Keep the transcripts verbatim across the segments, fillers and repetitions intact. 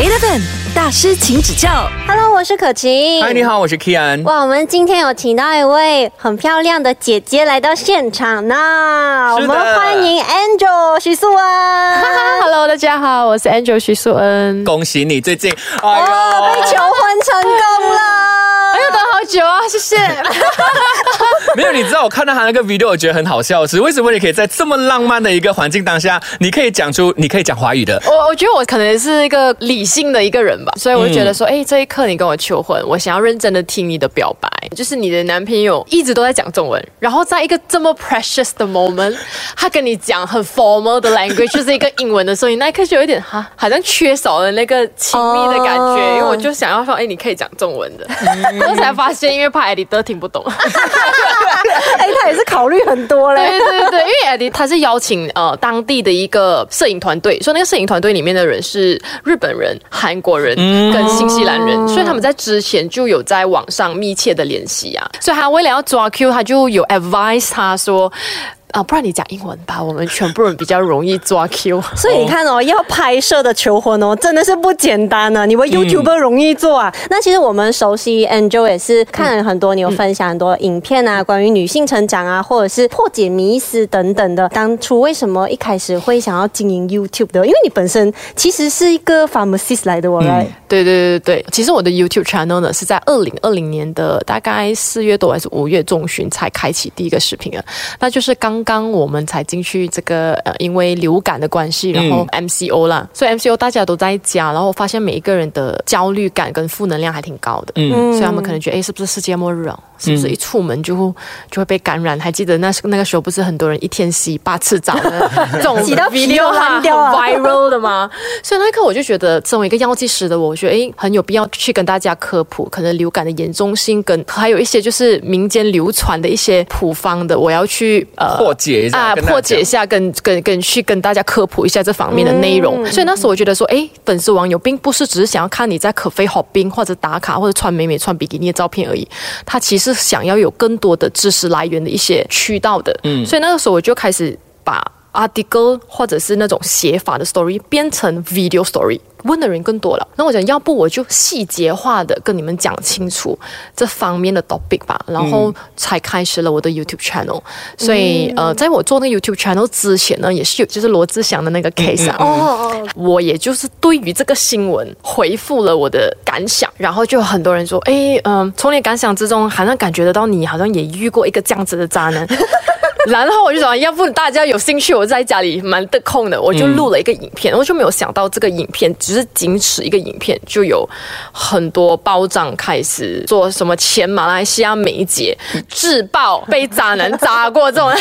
A F M 大师请指教 Hello， 我是可晴。 嗨，你好，我是 Kian。 哇，我们今天有请到一位很漂亮的姐姐来到现场呢，我们欢迎 Angel 徐素恩。 Hello， 大家好，我是 Angel 徐素恩。 恭喜你最近，哎呦， 哦，被求婚成功了。 哎呦，等好久啊，谢谢。 没有，你知道我看到他那个 video， 我觉得很好笑，是为什么你可以在这么浪漫的一个环境当下，你可以讲出，你可以讲华语的。 我我觉得我可能是一个理性的一个人吧，所以我就觉得说，哎、嗯，这一刻你跟我求婚，我想要认真的听你的表白，就是你的男朋友一直都在讲中文，然后在一个这么 precious 的 moment， 他跟你讲很 formal 的 language， 就是一个英文的时候，你那一刻就有点哈，好像缺少了那个亲密的感觉， oh. 因为我就想要说，哎，你可以讲中文的，然后才发现，因为怕 editor 听不懂。 哎，他也是考虑很多嘞。 对对对，因为 Eddie 他是邀请呃当地的一个摄影团队，所以那个摄影团队里面的人是日本人、韩国人跟新西兰人，嗯、所以他们在之前就有在网上密切的联系啊，所以他为了要抓 Q， 他就有 advise 他说。啊，不然你讲英文吧，我们全部人比较容易抓 Q。 所以你看哦，要拍摄的求婚哦，真的是不简单啊！你们 YouTuber 容易做啊？嗯、那其实我们熟悉 Angel 也是看了很多，你有分享很多影片啊，关于女性成长啊，或者是破解迷思等等的。当初为什么一开始会想要经营 YouTube 的？因为你本身其实是一个 pharmacist 来的，我来、嗯。 对对对对，其实我的 YouTube channel 呢是在二零二零年的大概四月多还是五月中旬才开启第一个视频啊，那就是刚。刚刚我们才进去这个呃，因为流感的关系，然后 M C O 啦，嗯、所以 M C O 大家都在家，然后发现每一个人的焦虑感跟负能量还挺高的，嗯，所以他们可能觉得，哎，是不是世界末日啊？是不是一出门就就会被感染？还记得那那个时候不是很多人一天洗八次澡的这种 video 烂掉啊 viral 的吗？所以那一刻我就觉得，作为一个药剂师的我，我觉得哎很有必要去跟大家科普，可能流感的严重性跟还有一些就是民间流传的一些普方的，我要去呃。 破解一下啊， 破解一下，跟跟跟去跟大家科普一下这方面的内容。嗯、所以那时候我觉得说，哎，粉丝网友并不是只是想要看你在可飞滑冰或者打卡或者穿美美穿比基尼的照片而已，他其实想要有更多的知识来源的一些渠道的。嗯，所以那个时候我就开始把 article 或者是那种写法的 story 变成 video story。问的人更多了，那我想要不我就细节化的跟你们讲清楚这方面的 topic 吧，然后才开始了我的 YouTube channel。所以、嗯、呃，在我做那个 YouTube channel 之前呢，也是有就是罗志祥的那个 case 啊，哦、嗯，我也就是对于这个新闻回复了我的感想，然后就有很多人说，哎，嗯、呃，从你的感想之中，好像感觉得到你好像也遇过一个这样子的渣男。然后我就想，要不大家有兴趣，我在家里蛮得空的，我就录了一个影片，嗯、我就没有想到这个影片只是仅此一个影片，就有很多报章开始做什么前马来西亚梅姐制爆被渣男渣过这种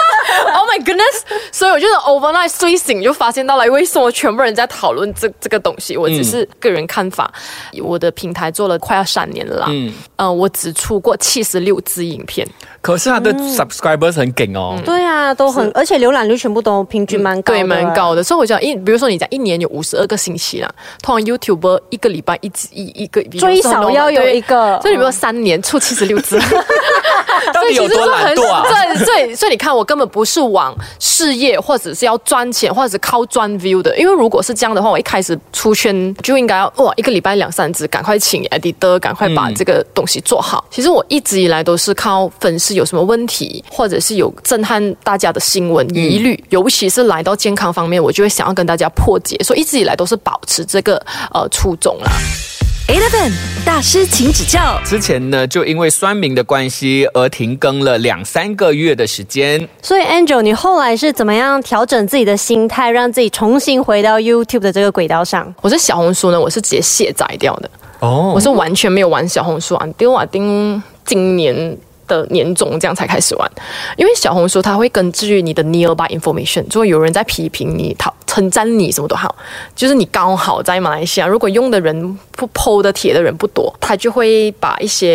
，Oh my goodness！ 所以我就是 overnight 睡醒就发现到了，为什么全部人在讨论这这个东西？我只是个人看法，嗯、我的平台做了快要三年了啦，嗯，呃，我只出过七十六支影片， 可是他的 subscribers 很给。 嗯、对啊，都很，而且浏览率全部都平均蛮高的、啊嗯，对， 蛮高的。所以我讲一，比如说你讲一年有五十二个星期啦，通常 YouTuber 一个礼拜一一一个， 最少要有一个， 所以你比如说三年出七十六支， 到底有多懒惰啊？ 对，所以所以你看，我根本不是往事业或者是要赚钱，或者是靠赚 view 的。因为如果是这样的话，我一开始出圈就应该要哇，一个礼拜两三支，赶快请 editor， 赶快把这个东西做好。嗯、其实我一直以来都是靠粉丝有什么问题，或者是有震撼大家的新闻疑虑、嗯、尤其是来到健康方面，我就会想要跟大家破解，所以一直以来都是保持这个呃初衷啦。 A F M 大师请指教。 之前呢，就因为酸民的关系而停更了两三个月的时间。 所以 Angel， 你后来是怎么样调整自己的心态，让自己重新回到 YouTube 的这个轨道上？ 我是小红书呢，我是直接卸载掉的。哦，我是完全没有玩小红书啊，丢啊丢，今年的年终这样才开始玩，因为小红书它会根据你的 nearby information， 如果有人在批评你、称赞你什么都好，就是你刚好在马来西亚，如果用的人不 po 的帖的人不多，他就会把一些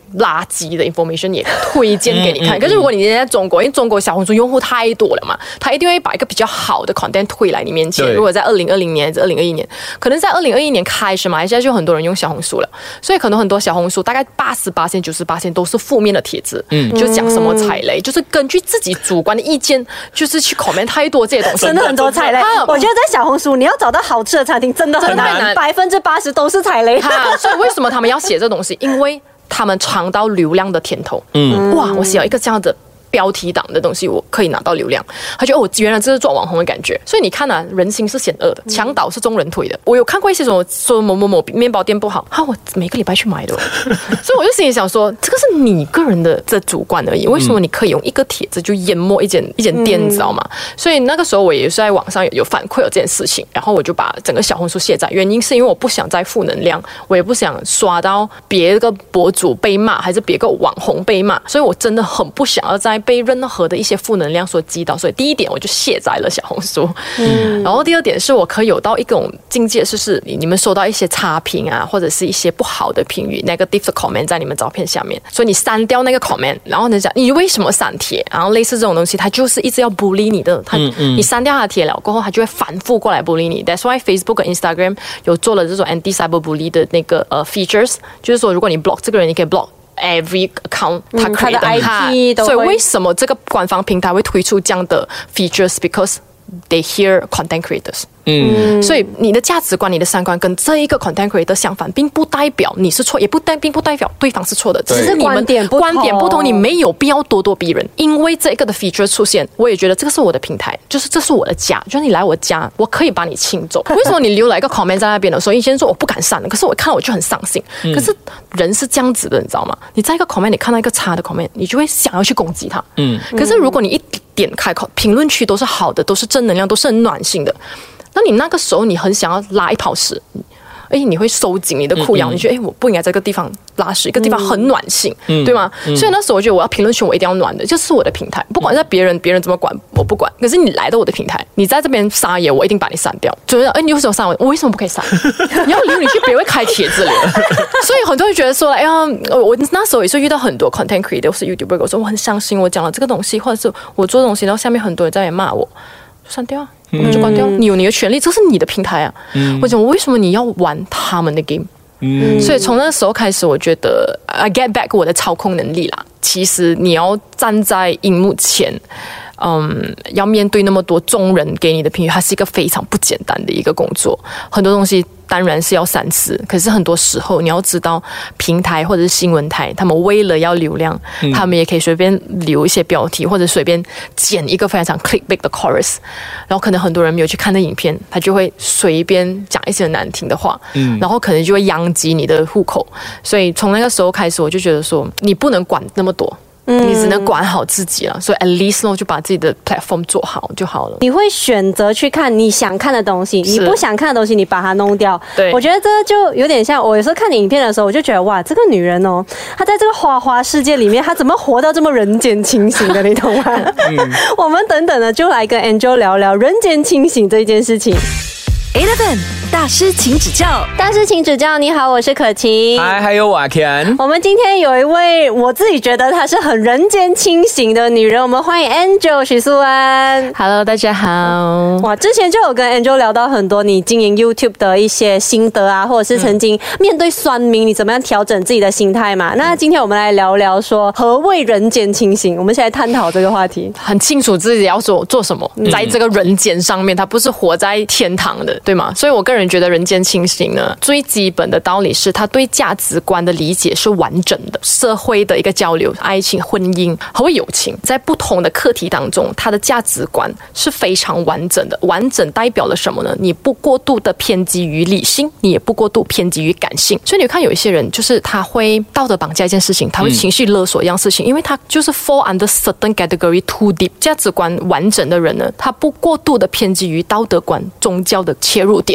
垃圾的 information 也推荐给你看。可是如果你在中国，因为中国小红书用户太多了嘛，他一定会把一个比较好的 content 推来你面前。如果在二零二零年还是二零二一年，可能在二零二一年开始嘛，马来西亚就很多人用小红书了，所以可能很多小红书大概八十八千、九十八千都是负面的帖子，嗯，就讲什么踩雷，就是根据自己主观的意见，就是去 comment 太多这些东西， 真的很多踩雷。我觉得在小红书你要找到好吃的餐厅真的很难，百分之八十都是踩雷。 所以为什么他们要写这东西？因为他们尝到流量的甜头。嗯，哇，我写了一个这样的标题党的东西，我可以拿到流量，他觉得哦，原来这是做网红的感觉。所以你看啊，人心是险恶的，墙倒是众人推的。我有看过一些什么说某某某面包店不好，哈、啊，我每个礼拜去买的，所以我就心里想说，这个是你个人的这主观而已，为什么你可以用一个帖子就淹没一间一间店，你知道吗？所以那个时候我也是在网上有有反馈有这件事情，然后我就把整个小红书卸载，原因是因为我不想再负能量，我也不想刷到别个博主被骂，还是别个网红被骂，所以我真的很不想要再被任何的一些负能量所击倒，所以第一点我就卸载了小红书。嗯，然后第二点是我可以有到一种境界，就是你们收到一些差评啊，或者是一些不好的评语 negative 的 comment 在你们照片下面，所以你删掉那个 comment， 然后你讲你为什么删帖，然后类似这种东西，它就是一直要 bully 你的，它、嗯嗯、你删掉它的帖了过后，它就会反复过来 bully 你。That's why Facebook 和 Instagram 有做了这种 anti cyber bully 的那个呃 features， 就是说如果你 block 这个人，你可以 block every account 它可以的 I P 都会。 所以为什么这个官方平台会推出这样的 features？ Because they hear content creators。嗯，所以你的价值观、你的三观跟这一个 content creator 相反，并不代表你是错，也不代并不代表对方是错的，只是你们观点不同， 观点不同，你没有必要咄咄逼人。因为这个的 feature 出现，我也觉得这个是我的平台，就是这是我的家，就是你来我家，我可以把你清走。为什么你留了一个 comment 在那边的时候，以前说我不敢删的，可是我看我就很伤心。嗯、可是人是这样子的，你知道吗？你在一个 comment 你看到一个差的 comment， 你就会想要去攻击他。嗯，可是如果你一点开评论区都是好的，都是正能量，都是很暖心的。那你那个时候你很想要拉一泡屎，哎，你会收紧你的裤腰，嗯嗯你觉得哎，我不应该在这个地方拉屎，一个地方很暖性，嗯、对吗？嗯、所以那时候我觉得我要评论区我一定要暖的，这、就是我的平台，不管在别人别人怎么管我不管，可是你来到我的平台，你在这边撒野，我一定把你删掉。觉得哎，你为什么删我？我为什么不可以删？你要留你去别人会开帖子了。所以很多人觉得说，哎呀，我那时候也是遇到很多 content creator 是 YouTuber， 我说我很伤心，我讲了这个东西，或者是我做东西，然后下面很多人在那边骂我，删掉啊。我就关掉，你有你的权利，这是你的平台啊！嗯、我讲为什么你要玩他们的 game？嗯、所以从那个时候开始，我觉得 I get back 我的操控能力啦。其实你要站在荧幕前，嗯，要面对那么多众人给你的评语，它是一个非常不简单的一个工作，很多东西。当然是要三思，可是很多时候你要知道，平台或者是新闻台，他们为了要流量，嗯、他们也可以随便留一些标题，或者随便剪一个非常 clickbait 的 chorus， 然后可能很多人没有去看那影片，他就会随便讲一些难听的话，嗯、然后可能就会殃及你的户口。所以从那个时候开始，我就觉得说，你不能管那么多。你只能管好自己了，所以 at least 呢就把自己的 platform 做好就好了。 你会选择去看你想看的东西，你不想看的东西你把它弄掉。 对， 我觉得这就有点像我有时候看你影片的时候，我就觉得哇，这个女人哦，她在这个花花世界里面，她怎么活到这么人间清醒的，你懂吗？嗯、我们等等的就来跟 Angel 聊聊人间清醒这一件事情。 Eleven 大师请指教， 大师请指教。你好，我是可晴。 嗨，还有我阿 Ken。 我们今天有一位我自己觉得她是很人间清醒的女人，我们欢迎 Angel 许素安。 Hello， 大家好。 哇，之前就有跟 Angel 聊到很多你经营 YouTube 的一些心得啊，或者是曾经面对酸民，你怎么样调整自己的心态嘛？那今天我们来聊聊说何谓人间清醒，我们现在探讨这个话题。 很清楚自己要做做什么，在这个人间上面，他不是活在天堂的。对吗？所以我个人觉得人间清醒呢，最基本的道理是他对价值观的理解是完整的，社会的一个交流，爱情、婚姻和友情，在不同的课题当中，他的价值观是非常完整的。完整代表了什么呢？你不过度的偏激于理性，你也不过度偏激于感性。所以你看有一些人，就是他会道德绑架一件事情，他会情绪勒索一样事情，嗯、因为他就是 fall under certain category too deep。价值观完整的人呢，他不过度的偏激于道德观、宗教的切入点，或者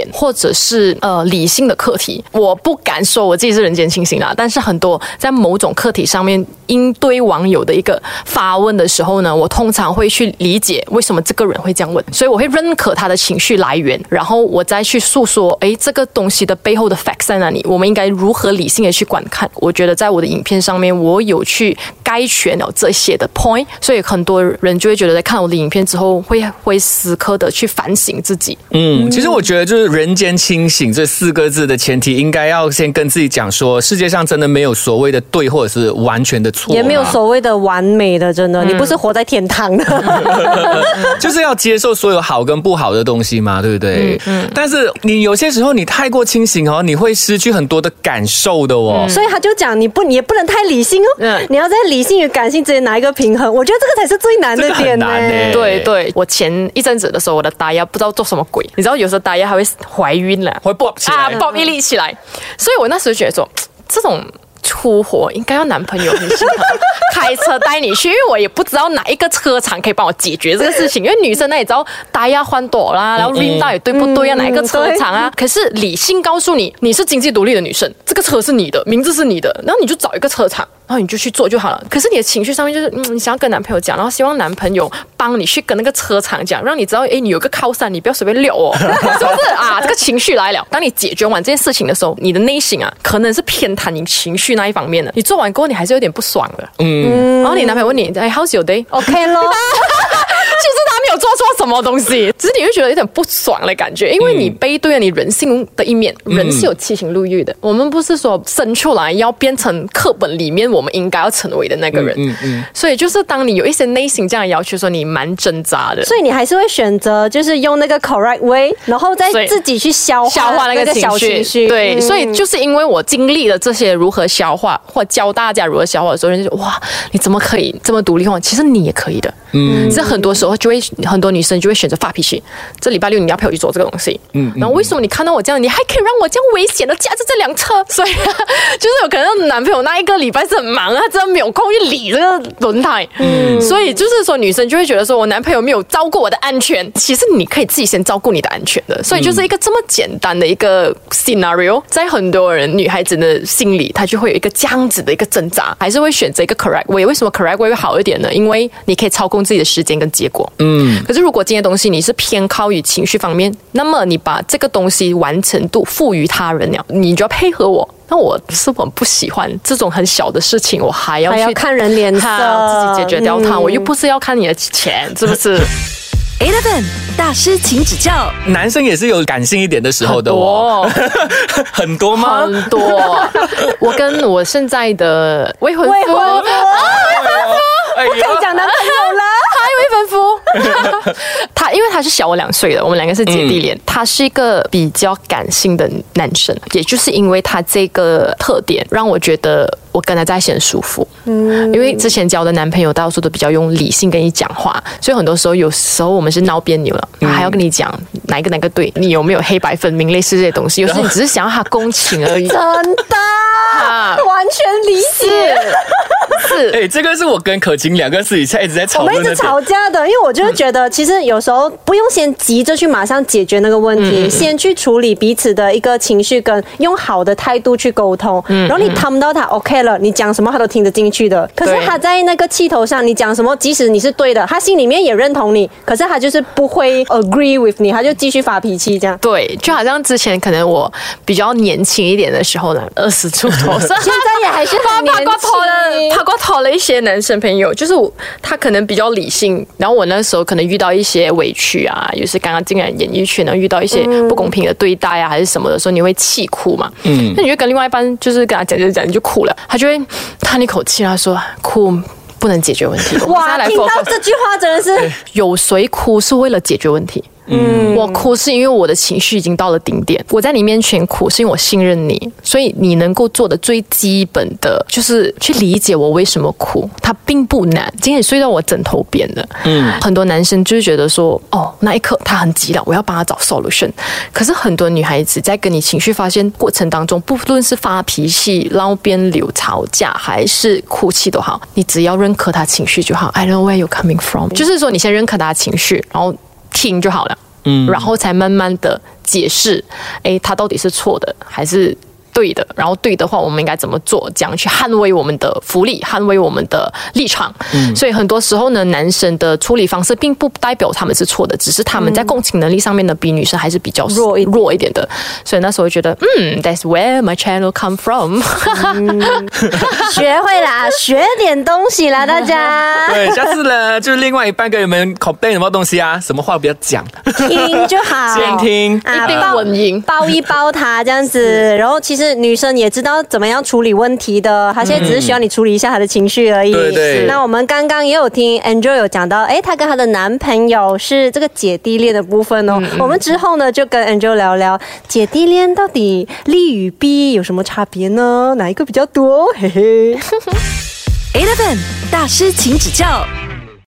者是呃理性的课题。我不敢说我自己是人间清醒啦，但是很多在某种课题上面应对网友的一个发问的时候呢，我通常会去理解为什么这个人会这样问，所以我会认可他的情绪来源，然后我再去诉说，诶，这个东西的背后的 facts 在哪里，我们应该如何理性的去观看。我觉得在我的影片上面，我有去概全了这些的 point， 所以很多人就会觉得在看我的影片之后，会会时刻的去反省自己。 嗯，其实我觉得就是人间清醒这四个字的前提，应该要先跟自己讲说，世界上真的没有所谓的对或者是完全的错， 也没有所谓的完美的，真的，嗯、你不是活在天堂的， 就是要接受所有好跟不好的东西嘛，对不对？嗯嗯。但是你有些时候你太过清醒哦，你会失去很多的感受的哦。嗯、 所以他就讲，你不，你也不能太理性哦，嗯、你要在理性与感性之间拿一个平衡。我觉得这个才是最难的点呢。 欸、 对对，我前一阵子的时候，我的大牙不知道做什么鬼，你知道有时候大牙还会怀孕了， 会爆起来啊，爆一粒起来，所以我那时候觉得说，这种出活应该要男朋友很心疼，开车带你去，因为我也不知道哪一个车厂可以帮我解决这个事情，因为女生那也知道大牙换朵啦，然后 rim 到也对不对啊，嗯、哪一个车厂啊？可是理性告诉你，你是经济独立的女生，这个车是你的，名字是你的，然后你就找一个车厂。然后你就去做就好了。可是你的情绪上面就是，嗯，你想要跟男朋友讲，然后希望男朋友帮你去跟那个车厂讲，让你知道，哎，你有个靠山，你不要随便溜哦，是不是啊？这个情绪来了，当你解决完这件事情的时候，你的内心啊，可能是偏袒你情绪那一方面的。你做完过后，你还是有点不爽的，嗯。然后你男朋友问你，哎 ，How's your day？OK 咯。其实他没有做错什么东西，只是你会觉得有点不爽的感觉，因为你背对了你人性的一面，人是有七情六欲的。我们不是说生出来要变成课本里面我们应该要成为的那个人，嗯嗯嗯、所以就是当你有一些内心这样的要求的时候，你蛮挣扎的。 所以你还是会选择就是用那个 correct way， 然后再自己去消化消化那个情绪。 情绪对，嗯、所以就是因为我经历了这些如何消化，或教大家如何消化的时候，人就说哇，你怎么可以这么独立化？其实你也可以的。嗯，这很多时候就会很多女生就会选择发脾气。这礼拜六你要陪我去做这个东西，嗯，然后为什么你看到我这样，你还可以让我这样危险的驾着这辆车？所以、啊、就是有可能男朋友那一个礼拜是很忙，他真的没有空去理这个轮胎，嗯，所以就是说女生就会觉得说我男朋友没有照顾我的安全，其实你可以自己先照顾你的安全的。所以就是一个这么简单的一个 scenario， 在很多人女孩子的心里，她就会有一个这样子的一个挣扎，还是会选择一个 correct way。为什么 correct way 会好一点呢？因为你可以操控自己的时间跟结果，嗯。可是如果这些东西你是偏靠于情绪方面，那么你把这个东西完成度赋予他人了，你就要配合我。那我是很不喜欢这种很小的事情，我还要去还要看人脸色， 自己解决掉它。嗯、我又不是要看你的钱，是不是 ？Eleven 大师请指教。 男生也是有感性一点的时候的哦，很多吗？ 很多。我跟我现在的未婚夫，未婚夫，啊，未婚夫， 不可以讲男朋友了。 嗨，未婚夫。他因为他是小我两岁的，我们两个是姐弟恋。嗯、他是一个比较感性的男生，也就是因为他这个特点，让我觉得我跟他在一起很舒服。嗯，因为之前交的男朋友大多数都比较用理性跟你讲话，所以很多时候有时候我们是闹别扭了，他还要跟你讲哪一个哪个对，你有没有黑白分明，类似这些东西。有时候你只是想要他共情而已。 真的，啊、完全理解。 是， 哎、欸，这个是我跟可晴两个私底下一直在吵论的。 我们一直吵架的，因为我就是觉得，其实有时候不用先急着去马上解决那个问题，嗯、先去处理彼此的一个情绪，跟用好的态度去沟通。嗯、然后你谈到他 OK 了，你讲什么他都听得进去的。可是他在那个气头上，你讲什么，即使你是对的，他心里面也认同你，可是他就是不会 agree with 你，他就继续发脾气这样。 对，就好像之前可能我比较年轻一点的时候呢，二十出头，现在也还是很年轻。 他给我讨了一些男生朋友，就是我他可能比较理性，然后我那时候可能遇到一些委屈啊，有时刚刚进来演艺圈呢，遇到一些不公平的对待啊，还是什么的时候，你会气哭嘛？嗯，那你就跟另外一半就是跟他讲讲讲，你就哭了，他就会叹一口气，他说哭不能解决问题。 哇，听到这句话真的是有谁哭是为了解决问题？嗯，我哭是因为我的情绪已经到了顶点，我在你面前哭是因为我信任你，所以你能够做的最基本的就是去理解我为什么哭，它并不难。今天也睡到我枕头边了，嗯，很多男生就是觉得说，哦，那一刻他很急了，我要帮他找 solution。可是很多女孩子在跟你情绪发现过程当中，不论是发脾气、捞边流、吵架，还是哭泣都好，你只要认可他情绪就好。I don't know where you're coming from， 就是说你先认可他的情绪，然后听就好了，嗯，然后才慢慢的解释，哎，他到底是错的还是对的，然后对的话，我们应该怎么做？这样去捍卫我们的福利，捍卫我们的立场。嗯，所以很多时候呢，男生的处理方式并不代表他们是错的，只是他们在共情能力上面呢，比女生还是比较弱一点弱一点的。所以那时候觉得，嗯 ，That's where my channel come from 嗯。学会啦，学点东西啦，大家。 对，下次呢，就是另外一半跟你们 complain 什么东西啊，什么话不要讲， 听就好， 先听啊， 一定包稳赢包一包他这样子。然后其实女生也知道怎么样处理问题的，她现在只是需要你处理一下她的情绪而已。 对对。 那我们刚刚也有听 Angel 有讲到，哎，她跟她的男朋友是这个姐弟恋的部分哦。嗯嗯我们之后呢就跟 Angel 聊聊姐弟恋到底利与弊有什么差别呢？哪一个比较多？嘿嘿。 Eleven 大师请指教。